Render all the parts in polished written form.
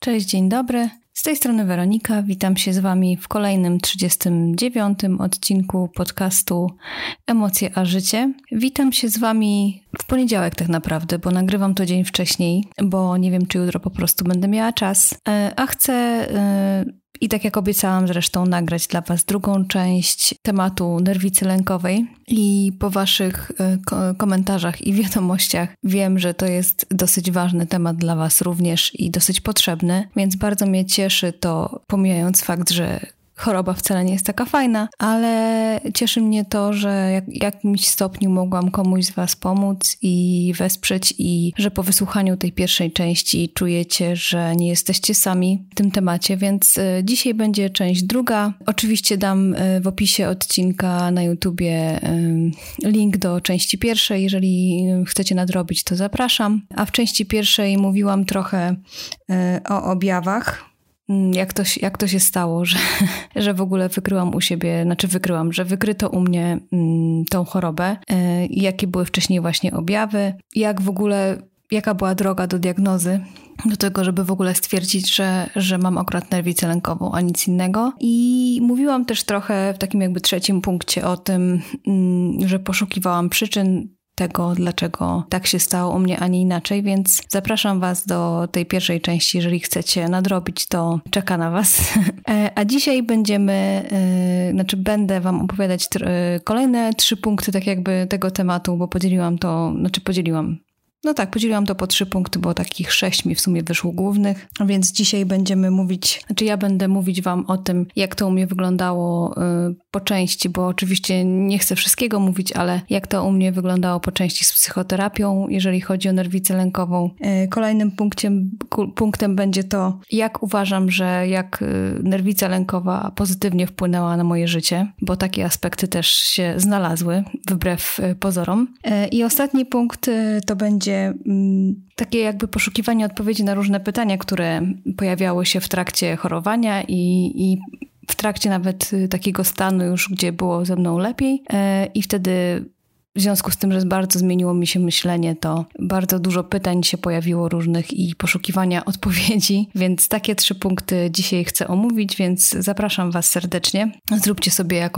Cześć, dzień dobry. Z tej strony Weronika. Witam się z Wami w kolejnym 39. odcinku podcastu Emocje a Życie. Witam się z Wami w poniedziałek tak naprawdę, bo nagrywam to dzień wcześniej, bo nie wiem, czy jutro po prostu będę miała czas. A chcę... I tak jak obiecałam zresztą nagrać dla Was drugą część tematu nerwicy lękowej i po Waszych komentarzach i wiadomościach wiem, że to jest dosyć ważny temat dla Was również i dosyć potrzebny, więc bardzo mnie cieszy to, pomijając fakt, że choroba wcale nie jest taka fajna, ale cieszy mnie to, że w jakimś stopniu mogłam komuś z Was pomóc i wesprzeć i że po wysłuchaniu tej pierwszej części czujecie, że nie jesteście sami w tym temacie, więc dzisiaj będzie część druga. Oczywiście dam w opisie odcinka na YouTubie link do części pierwszej. Jeżeli chcecie nadrobić, to zapraszam. A w części pierwszej mówiłam trochę o objawach. Jak to się stało, że w ogóle że wykryto u mnie tą chorobę i jakie były wcześniej właśnie objawy, jaka była droga do diagnozy, do tego, żeby w ogóle stwierdzić, że mam akurat nerwicę lękową, a nic innego. I mówiłam też trochę w takim jakby trzecim punkcie o tym, że poszukiwałam przyczyn tego, dlaczego tak się stało u mnie, a nie inaczej, więc zapraszam Was do tej pierwszej części, jeżeli chcecie nadrobić, to czeka na Was. A dzisiaj będę Wam opowiadać kolejne 3 punkty tak jakby tego tematu, bo podzieliłam to po 3 punkty, bo takich 6 mi w sumie wyszło głównych, więc dzisiaj ja będę mówić Wam o tym, jak to u mnie wyglądało po części, bo oczywiście nie chcę wszystkiego mówić, ale jak to u mnie wyglądało po części z psychoterapią, jeżeli chodzi o nerwicę lękową. Kolejnym punktem będzie to, jak uważam, że nerwica lękowa pozytywnie wpłynęła na moje życie, bo takie aspekty też się znalazły, wbrew pozorom. I ostatni punkt to będzie takie jakby poszukiwanie odpowiedzi na różne pytania, które pojawiały się w trakcie chorowania i w trakcie nawet takiego stanu już, gdzie było ze mną lepiej. I wtedy w związku z tym, że bardzo zmieniło mi się myślenie, to bardzo dużo pytań się pojawiło różnych i poszukiwania odpowiedzi, więc takie 3 punkty dzisiaj chcę omówić, więc zapraszam Was serdecznie. Zróbcie sobie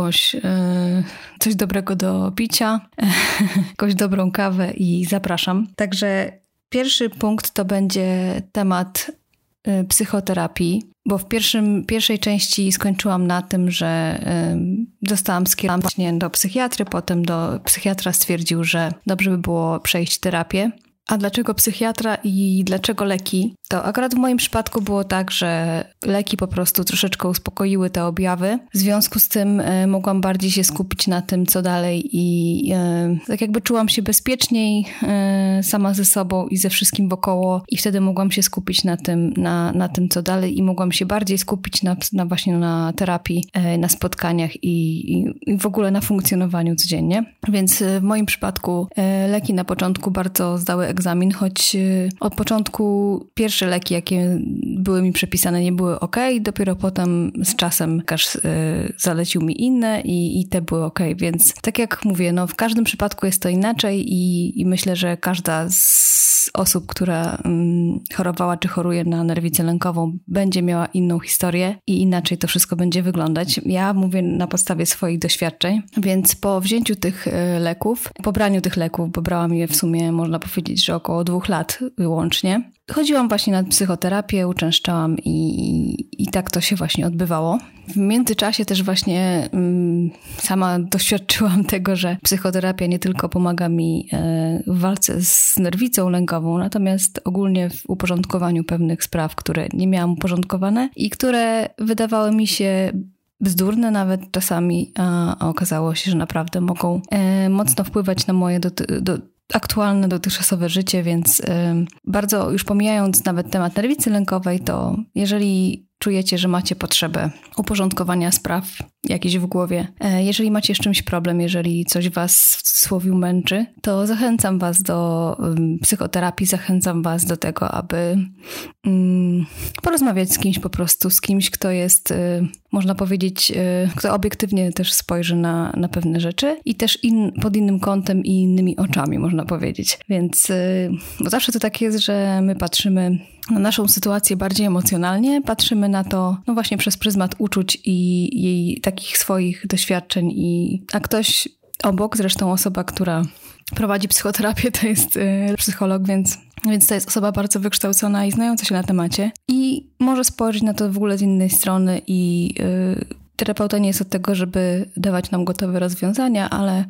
coś dobrego do picia, jakąś dobrą kawę i zapraszam. Także pierwszy punkt to będzie temat psychoterapii, bo w pierwszej części skończyłam na tym, że zostałam skierowana do psychiatry, potem psychiatra stwierdził, że dobrze by było przejść terapię. A dlaczego psychiatra i dlaczego leki? To akurat w moim przypadku było tak, że leki po prostu troszeczkę uspokoiły te objawy. W związku z tym mogłam bardziej się skupić na tym, co dalej i tak jakby czułam się bezpieczniej sama ze sobą i ze wszystkim wokoło i wtedy mogłam się skupić na tym, co dalej i mogłam się bardziej skupić właśnie na terapii, na spotkaniach i w ogóle na funkcjonowaniu codziennie. Więc w moim przypadku leki na początku bardzo zdały egzamin, choć od początku pierwsze leki, jakie były mi przepisane, nie były okej. Dopiero potem z czasem lekarz zalecił mi inne i te były okej. Więc tak jak mówię, w każdym przypadku jest to inaczej i myślę, że każda z osób, która chorowała czy choruje na nerwicę lękową, będzie miała inną historię i inaczej to wszystko będzie wyglądać. Ja mówię na podstawie swoich doświadczeń, więc po wzięciu pobraniu tych leków, bo brałam je w sumie, można powiedzieć, że około 2 lat łącznie, chodziłam właśnie na psychoterapię, uczęszczałam i tak to się właśnie odbywało. W międzyczasie też właśnie sama doświadczyłam tego, że psychoterapia nie tylko pomaga mi w walce z nerwicą lękową, natomiast ogólnie w uporządkowaniu pewnych spraw, które nie miałam uporządkowane i które wydawały mi się bzdurne nawet czasami, a okazało się, że naprawdę mogą mocno wpływać na moje aktualne, dotychczasowe życie, więc bardzo już pomijając nawet temat nerwicy lękowej, to jeżeli czujecie, że macie potrzebę uporządkowania spraw jakichś w głowie, jeżeli macie z czymś problem, jeżeli coś was w cudzysłowie męczy, to zachęcam was do psychoterapii, zachęcam was do tego, aby porozmawiać z kimś po prostu, z kimś, kto jest, można powiedzieć, kto obiektywnie też spojrzy na pewne rzeczy i też pod innym kątem i innymi oczami, można powiedzieć. Więc bo zawsze to tak jest, że my patrzymy na naszą sytuację bardziej emocjonalnie, patrzymy na to no właśnie przez pryzmat uczuć i jej takich swoich doświadczeń. A ktoś obok, zresztą osoba, która prowadzi psychoterapię, to jest psycholog, więc to jest osoba bardzo wykształcona i znająca się na temacie i może spojrzeć na to w ogóle z innej strony i terapeuta nie jest od tego, żeby dawać nam gotowe rozwiązania, ale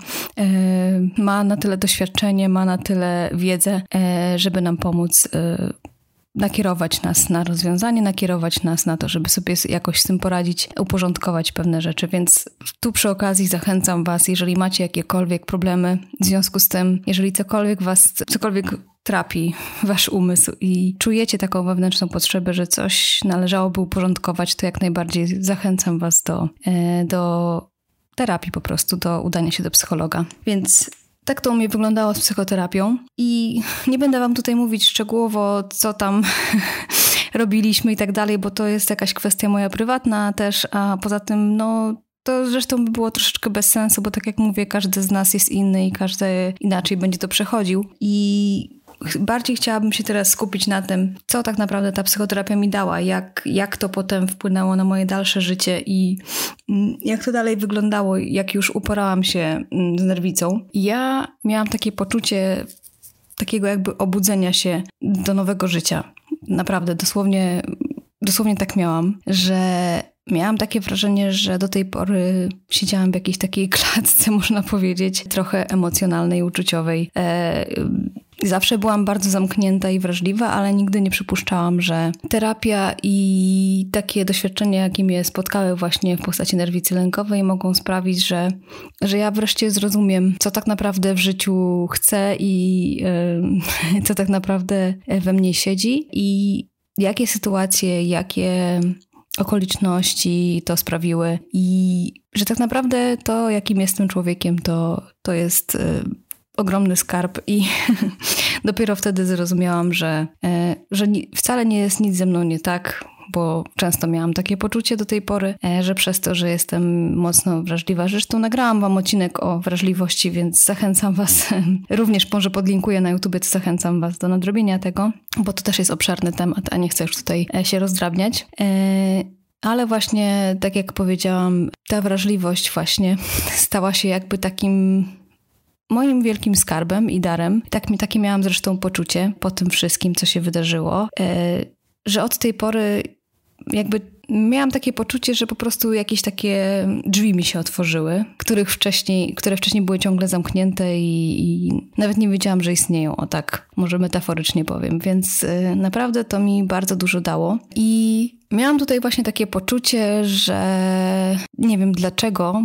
ma na tyle doświadczenie, ma na tyle wiedzę, żeby nam pomóc nakierować nas na rozwiązanie, nakierować nas na to, żeby sobie jakoś z tym poradzić, uporządkować pewne rzeczy. Więc tu przy okazji zachęcam was, jeżeli macie jakiekolwiek problemy w związku z tym, jeżeli cokolwiek trapi wasz umysł i czujecie taką wewnętrzną potrzebę, że coś należałoby uporządkować, to jak najbardziej zachęcam was do terapii po prostu, do udania się do psychologa. Więc tak to u mnie wyglądało z psychoterapią i nie będę wam tutaj mówić szczegółowo, co tam robiliśmy i tak dalej, bo to jest jakaś kwestia moja prywatna też, a poza tym no to zresztą by było troszeczkę bez sensu, bo tak jak mówię, każdy z nas jest inny i każdy inaczej będzie to przechodził i bardziej chciałabym się teraz skupić na tym, co tak naprawdę ta psychoterapia mi dała, jak to potem wpłynęło na moje dalsze życie i jak to dalej wyglądało, jak już uporałam się z nerwicą. Ja miałam takie poczucie takiego jakby obudzenia się do nowego życia. Naprawdę, dosłownie tak miałam, że miałam takie wrażenie, że do tej pory siedziałam w jakiejś takiej klatce, można powiedzieć, trochę emocjonalnej, uczuciowej. Zawsze byłam bardzo zamknięta i wrażliwa, ale nigdy nie przypuszczałam, że terapia i takie doświadczenia, jakie mnie spotkały właśnie w postaci nerwicy lękowej, mogą sprawić, że ja wreszcie zrozumiem, co tak naprawdę w życiu chcę i co tak naprawdę we mnie siedzi i jakie sytuacje, jakie okoliczności to sprawiły i że tak naprawdę to, jakim jestem człowiekiem, to jest ogromny skarb i dopiero wtedy zrozumiałam, że wcale nie jest nic ze mną nie tak, bo często miałam takie poczucie do tej pory, że przez to, że jestem mocno wrażliwa. Zresztą nagrałam wam odcinek o wrażliwości, więc zachęcam was, również może podlinkuję na YouTubie, to zachęcam was do nadrobienia tego, bo to też jest obszerny temat, a nie chcę już tutaj się rozdrabniać. Ale właśnie, tak jak powiedziałam, ta wrażliwość właśnie stała się jakby takim moim wielkim skarbem i darem. Takie miałam zresztą poczucie po tym wszystkim, co się wydarzyło, że od tej pory jakby miałam takie poczucie, że po prostu jakieś takie drzwi mi się otworzyły, które wcześniej były ciągle zamknięte i nawet nie wiedziałam, że istnieją, o tak może metaforycznie powiem. Więc naprawdę to mi bardzo dużo dało i miałam tutaj właśnie takie poczucie, że nie wiem dlaczego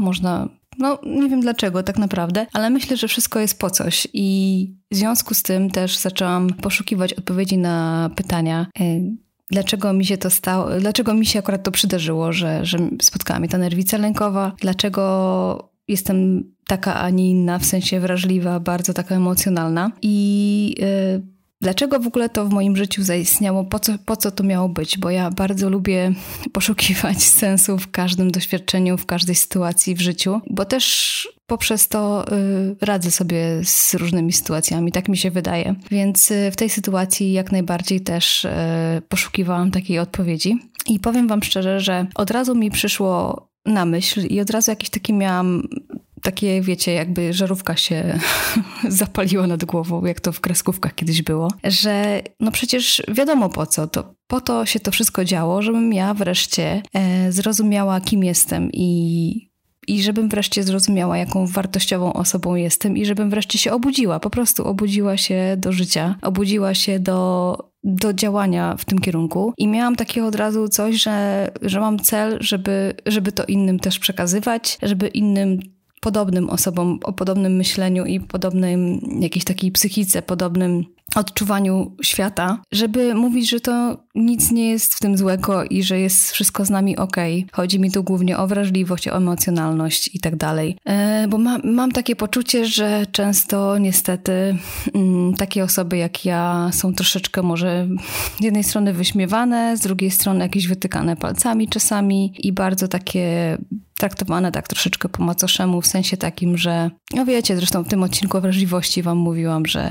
nie wiem dlaczego tak naprawdę, ale myślę, że wszystko jest po coś i w związku z tym też zaczęłam poszukiwać odpowiedzi na pytania, dlaczego mi się to stało, dlaczego mi się akurat to przydarzyło, że spotkała mnie ta nerwica lękowa, dlaczego jestem taka, a nie inna, w sensie wrażliwa, bardzo taka emocjonalna i dlaczego w ogóle to w moim życiu zaistniało, po co to miało być, bo ja bardzo lubię poszukiwać sensu w każdym doświadczeniu, w każdej sytuacji w życiu, bo też poprzez to radzę sobie z różnymi sytuacjami, tak mi się wydaje. Więc w tej sytuacji jak najbardziej też poszukiwałam takiej odpowiedzi. I powiem wam szczerze, że od razu mi przyszło na myśl i od razu jakieś takie miałam takie, wiecie, jakby żarówka się zapaliła nad głową, jak to w kreskówkach kiedyś było, że no przecież wiadomo po to się to wszystko działo, żebym ja wreszcie zrozumiała, kim jestem i żebym wreszcie zrozumiała, jaką wartościową osobą jestem i żebym wreszcie się obudziła, po prostu obudziła się do życia, obudziła się do działania w tym kierunku i miałam takie od razu coś, że mam cel, żeby to innym też przekazywać, żeby innym podobnym osobom, o podobnym myśleniu i podobnej jakiejś takiej psychice, podobnym odczuwaniu świata, żeby mówić, że to nic nie jest w tym złego i że jest wszystko z nami okej. Chodzi mi tu głównie o wrażliwość, o emocjonalność i tak dalej. Bo mam takie poczucie, że często niestety takie osoby jak ja są troszeczkę może z jednej strony wyśmiewane, z drugiej strony jakieś wytykane palcami czasami i bardzo takie traktowane tak troszeczkę po macoszemu, w sensie takim, że no wiecie, zresztą w tym odcinku o wrażliwości wam mówiłam, że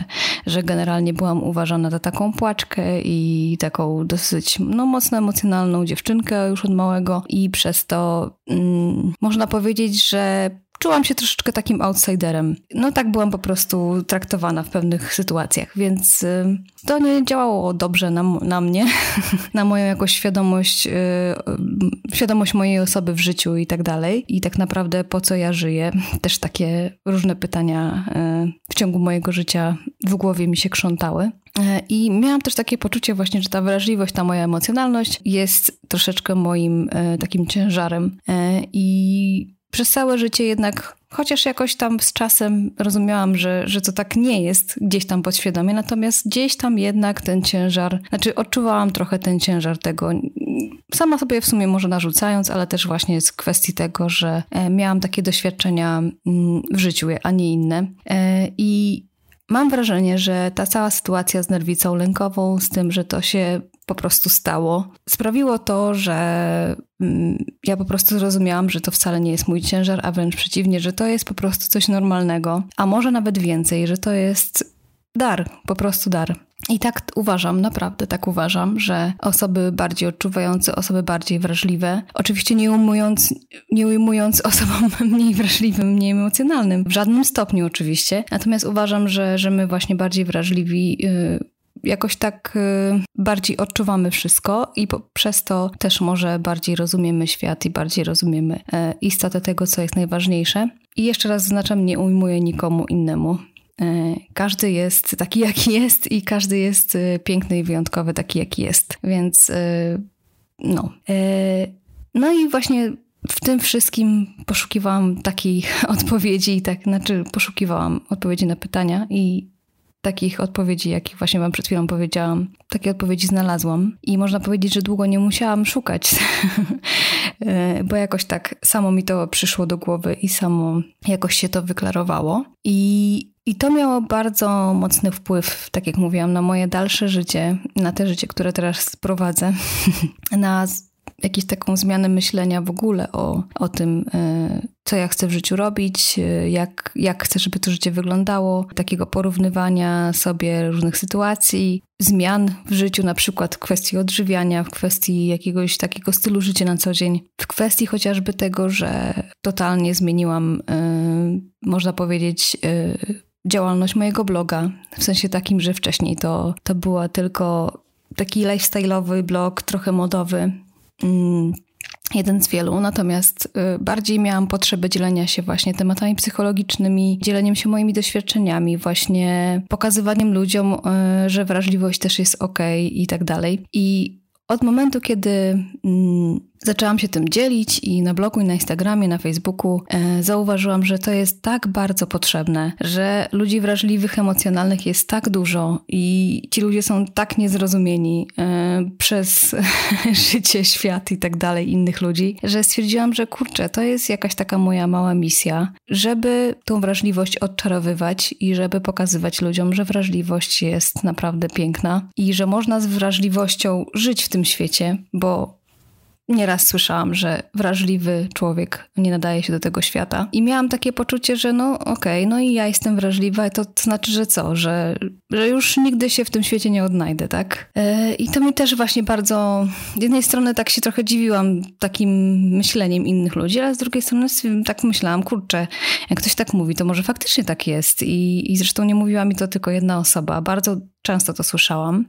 że generalnie byłam uważana za taką płaczkę i taką dosyć mocno emocjonalną dziewczynkę już od małego i przez to można powiedzieć, że czułam się troszeczkę takim outsiderem. Tak byłam po prostu traktowana w pewnych sytuacjach, więc to nie działało dobrze na mnie, na moją jakoś świadomość mojej osoby w życiu i tak dalej. I tak naprawdę po co ja żyję? Też takie różne pytania w ciągu mojego życia w głowie mi się krzątały. I miałam też takie poczucie właśnie, że ta wrażliwość, ta moja emocjonalność jest troszeczkę moim takim ciężarem. I przez całe życie jednak, chociaż jakoś tam z czasem rozumiałam, że to tak nie jest gdzieś tam podświadomie, natomiast gdzieś tam jednak ten ciężar, odczuwałam trochę ten ciężar tego, sama sobie w sumie może narzucając, ale też właśnie z kwestii tego, że miałam takie doświadczenia w życiu, a nie inne. I mam wrażenie, że ta cała sytuacja z nerwicą lękową, z tym, że to się po prostu stało, sprawiło to, że ja po prostu zrozumiałam, że to wcale nie jest mój ciężar, a wręcz przeciwnie, że to jest po prostu coś normalnego, a może nawet więcej, że to jest dar, po prostu dar. I tak uważam, naprawdę tak uważam, że osoby bardziej odczuwające, osoby bardziej wrażliwe, oczywiście nie ujmując osobom mniej wrażliwym, mniej emocjonalnym, w żadnym stopniu oczywiście, natomiast uważam, że my właśnie bardziej wrażliwi jakoś tak bardziej odczuwamy wszystko i przez to też może bardziej rozumiemy świat i bardziej rozumiemy istotę tego, co jest najważniejsze. I jeszcze raz zaznaczam, nie ujmuję nikomu innemu. Każdy jest taki, jaki jest i każdy jest piękny i wyjątkowy taki, jaki jest. Więc no i właśnie w tym wszystkim poszukiwałam takich odpowiedzi, poszukiwałam odpowiedzi na pytania i takich odpowiedzi, jakich właśnie wam przed chwilą powiedziałam, takie odpowiedzi znalazłam. I można powiedzieć, że długo nie musiałam szukać, bo jakoś tak samo mi to przyszło do głowy i samo jakoś się to wyklarowało. I to miało bardzo mocny wpływ, tak jak mówiłam, na moje dalsze życie, na te życie, które teraz prowadzę, na jakąś taką zmianę myślenia w ogóle o tym, co ja chcę w życiu robić, jak chcę, żeby to życie wyglądało, takiego porównywania sobie różnych sytuacji, zmian w życiu, na przykład w kwestii odżywiania, w kwestii jakiegoś takiego stylu życia na co dzień, w kwestii chociażby tego, że totalnie zmieniłam, można powiedzieć, działalność mojego bloga, w sensie takim, że wcześniej to była tylko taki lifestyle'owy blog, trochę modowy, jeden z wielu, natomiast bardziej miałam potrzebę dzielenia się właśnie tematami psychologicznymi, dzieleniem się moimi doświadczeniami, właśnie pokazywaniem ludziom, że wrażliwość też jest okej i tak dalej. I od momentu, kiedy zaczęłam się tym dzielić i na blogu, i na Instagramie, na Facebooku zauważyłam, że to jest tak bardzo potrzebne, że ludzi wrażliwych, emocjonalnych jest tak dużo i ci ludzie są tak niezrozumieni przez życie, świat i tak dalej innych ludzi, że stwierdziłam, że kurczę, to jest jakaś taka moja mała misja, żeby tą wrażliwość odczarowywać i żeby pokazywać ludziom, że wrażliwość jest naprawdę piękna i że można z wrażliwością żyć w tym świecie, bo nieraz słyszałam, że wrażliwy człowiek nie nadaje się do tego świata. I miałam takie poczucie, że no i ja jestem wrażliwa, to znaczy, że co? Że już nigdy się w tym świecie nie odnajdę, tak? I to mi też właśnie bardzo... Z jednej strony tak się trochę dziwiłam takim myśleniem innych ludzi, ale z drugiej strony tak myślałam, kurczę, jak ktoś tak mówi, to może faktycznie tak jest. I zresztą nie mówiła mi to tylko jedna osoba. Bardzo często to słyszałam.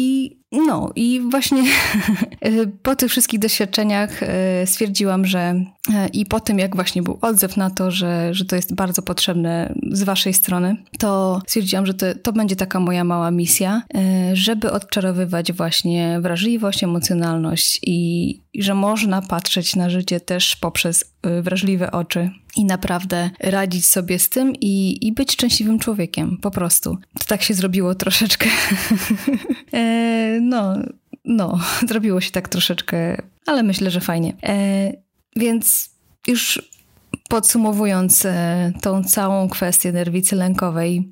I właśnie po tych wszystkich doświadczeniach stwierdziłam, że i po tym, jak właśnie był odzew na to, że to jest bardzo potrzebne z waszej strony, to stwierdziłam, że to będzie taka moja mała misja, żeby odczarowywać właśnie wrażliwość, emocjonalność i że można patrzeć na życie też poprzez wrażliwe oczy i naprawdę radzić sobie z tym i być szczęśliwym człowiekiem, po prostu. To tak się zrobiło troszeczkę. Zrobiło się tak troszeczkę, ale myślę, że fajnie. Więc już podsumowując tą całą kwestię nerwicy lękowej,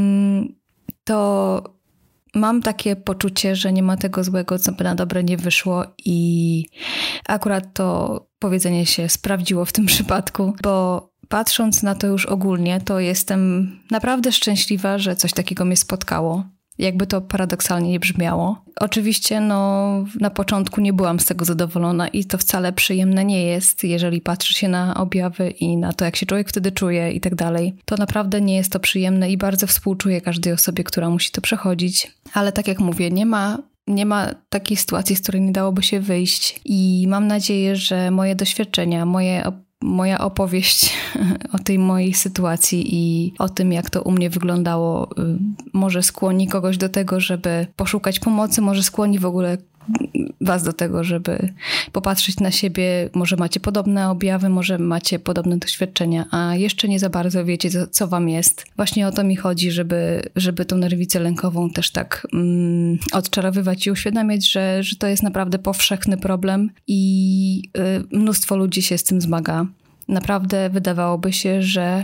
to mam takie poczucie, że nie ma tego złego, co by na dobre nie wyszło i akurat to powiedzenie się sprawdziło w tym przypadku, bo patrząc na to już ogólnie, to jestem naprawdę szczęśliwa, że coś takiego mnie spotkało. Jakby to paradoksalnie nie brzmiało. Oczywiście na początku nie byłam z tego zadowolona i to wcale przyjemne nie jest, jeżeli patrzy się na objawy i na to, jak się człowiek wtedy czuje i tak dalej. To naprawdę nie jest to przyjemne i bardzo współczuję każdej osobie, która musi to przechodzić. Ale tak jak mówię, nie ma takiej sytuacji, z której nie dałoby się wyjść i mam nadzieję, że moje doświadczenia, moja opowieść o tej mojej sytuacji i o tym, jak to u mnie wyglądało, może skłoni kogoś do tego, żeby poszukać pomocy, może skłoni w ogóle was do tego, żeby popatrzeć na siebie. Może macie podobne objawy, może macie podobne doświadczenia, a jeszcze nie za bardzo wiecie, co wam jest. Właśnie o to mi chodzi, żeby tą nerwicę lękową też tak odczarowywać i uświadamiać, że to jest naprawdę powszechny problem i mnóstwo ludzi się z tym zmaga. Naprawdę wydawałoby się, że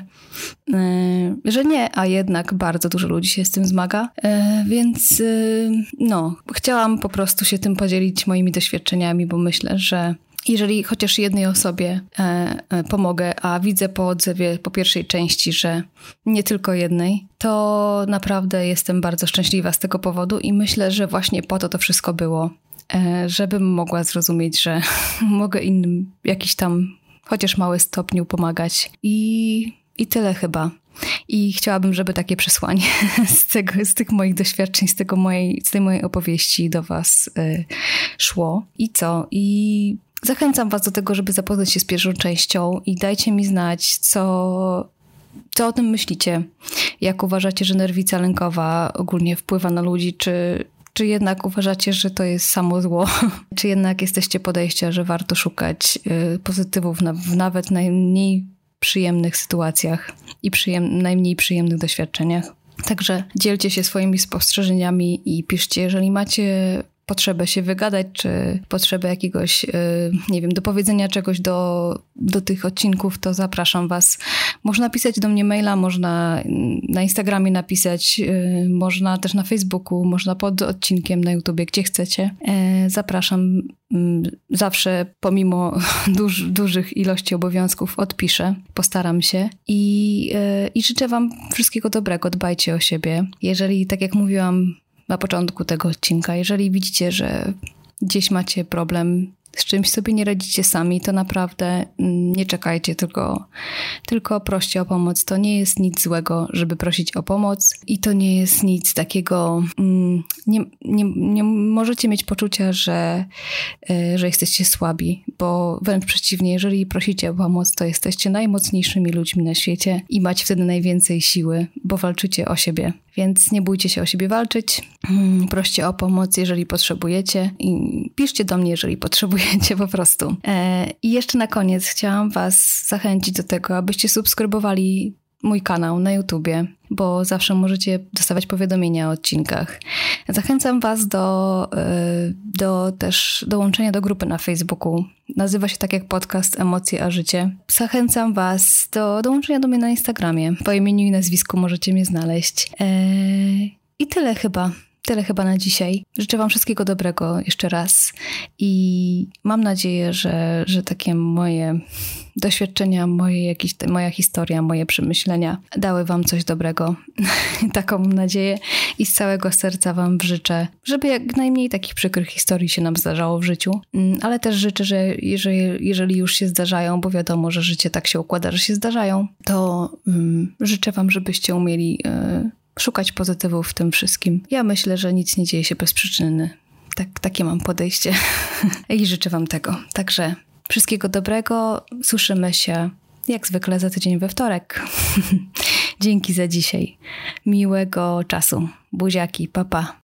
nie, a jednak bardzo dużo ludzi się z tym zmaga. Więc chciałam po prostu się tym podzielić moimi doświadczeniami, bo myślę, że jeżeli chociaż jednej osobie pomogę, a widzę po odzewie po pierwszej części, że nie tylko jednej, to naprawdę jestem bardzo szczęśliwa z tego powodu i myślę, że właśnie po to wszystko było, żebym mogła zrozumieć, że mogę innym jakiś tam chociaż mały stopniu pomagać i tyle chyba. I chciałabym, żeby takie przesłanie z tych moich doświadczeń, z tej mojej opowieści do was szło. I co? I zachęcam was do tego, żeby zapoznać się z pierwszą częścią i dajcie mi znać, co o tym myślicie. Jak uważacie, że nerwica lękowa ogólnie wpływa na ludzi, czy jednak uważacie, że to jest samo zło? Czy jednak jesteście podejścia, że warto szukać pozytywów w nawet najmniej przyjemnych sytuacjach i najmniej przyjemnych doświadczeniach? Także dzielcie się swoimi spostrzeżeniami i piszcie, jeżeli macie potrzebę się wygadać, czy potrzebę jakiegoś, dopowiedzenia czegoś do tych odcinków, to zapraszam was. Można pisać do mnie maila, można na Instagramie napisać, można też na Facebooku, można pod odcinkiem na YouTubie, gdzie chcecie. Zapraszam. Zawsze pomimo dużych ilości obowiązków odpiszę, postaram się i życzę wam wszystkiego dobrego, dbajcie o siebie. Jeżeli, tak jak mówiłam na początku tego odcinka, jeżeli widzicie, że gdzieś macie problem, z czymś sobie nie radzicie sami, to naprawdę nie czekajcie, tylko proście o pomoc. To nie jest nic złego, żeby prosić o pomoc i to nie jest nic takiego, nie możecie mieć poczucia, że jesteście słabi, bo wręcz przeciwnie, jeżeli prosicie o pomoc, to jesteście najmocniejszymi ludźmi na świecie i macie wtedy najwięcej siły, bo walczycie o siebie. Więc nie bójcie się o siebie walczyć, proście o pomoc, jeżeli potrzebujecie i piszcie do mnie, jeżeli potrzebujecie po prostu. I jeszcze na koniec chciałam was zachęcić do tego, abyście subskrybowali mój kanał na YouTubie, bo zawsze możecie dostawać powiadomienia o odcinkach. Zachęcam was do też dołączenia do grupy na Facebooku. Nazywa się tak jak podcast Emocje a Życie. Zachęcam was do dołączenia do mnie na Instagramie. Po imieniu i nazwisku możecie mnie znaleźć. I tyle chyba na dzisiaj. Życzę wam wszystkiego dobrego jeszcze raz i mam nadzieję, że takie moje doświadczenia, moja historia, moje przemyślenia dały wam coś dobrego. Taką mam nadzieję i z całego serca wam życzę, żeby jak najmniej takich przykrych historii się nam zdarzało w życiu, ale też życzę, że jeżeli już się zdarzają, bo wiadomo, że życie tak się układa, że się zdarzają, to życzę wam, żebyście umieli szukać pozytywów w tym wszystkim. Ja myślę, że nic nie dzieje się bez przyczyny. Takie mam podejście i życzę wam tego. Także wszystkiego dobrego. Słyszymy się jak zwykle za tydzień we wtorek. Dzięki za dzisiaj. Miłego czasu. Buziaki, pa pa.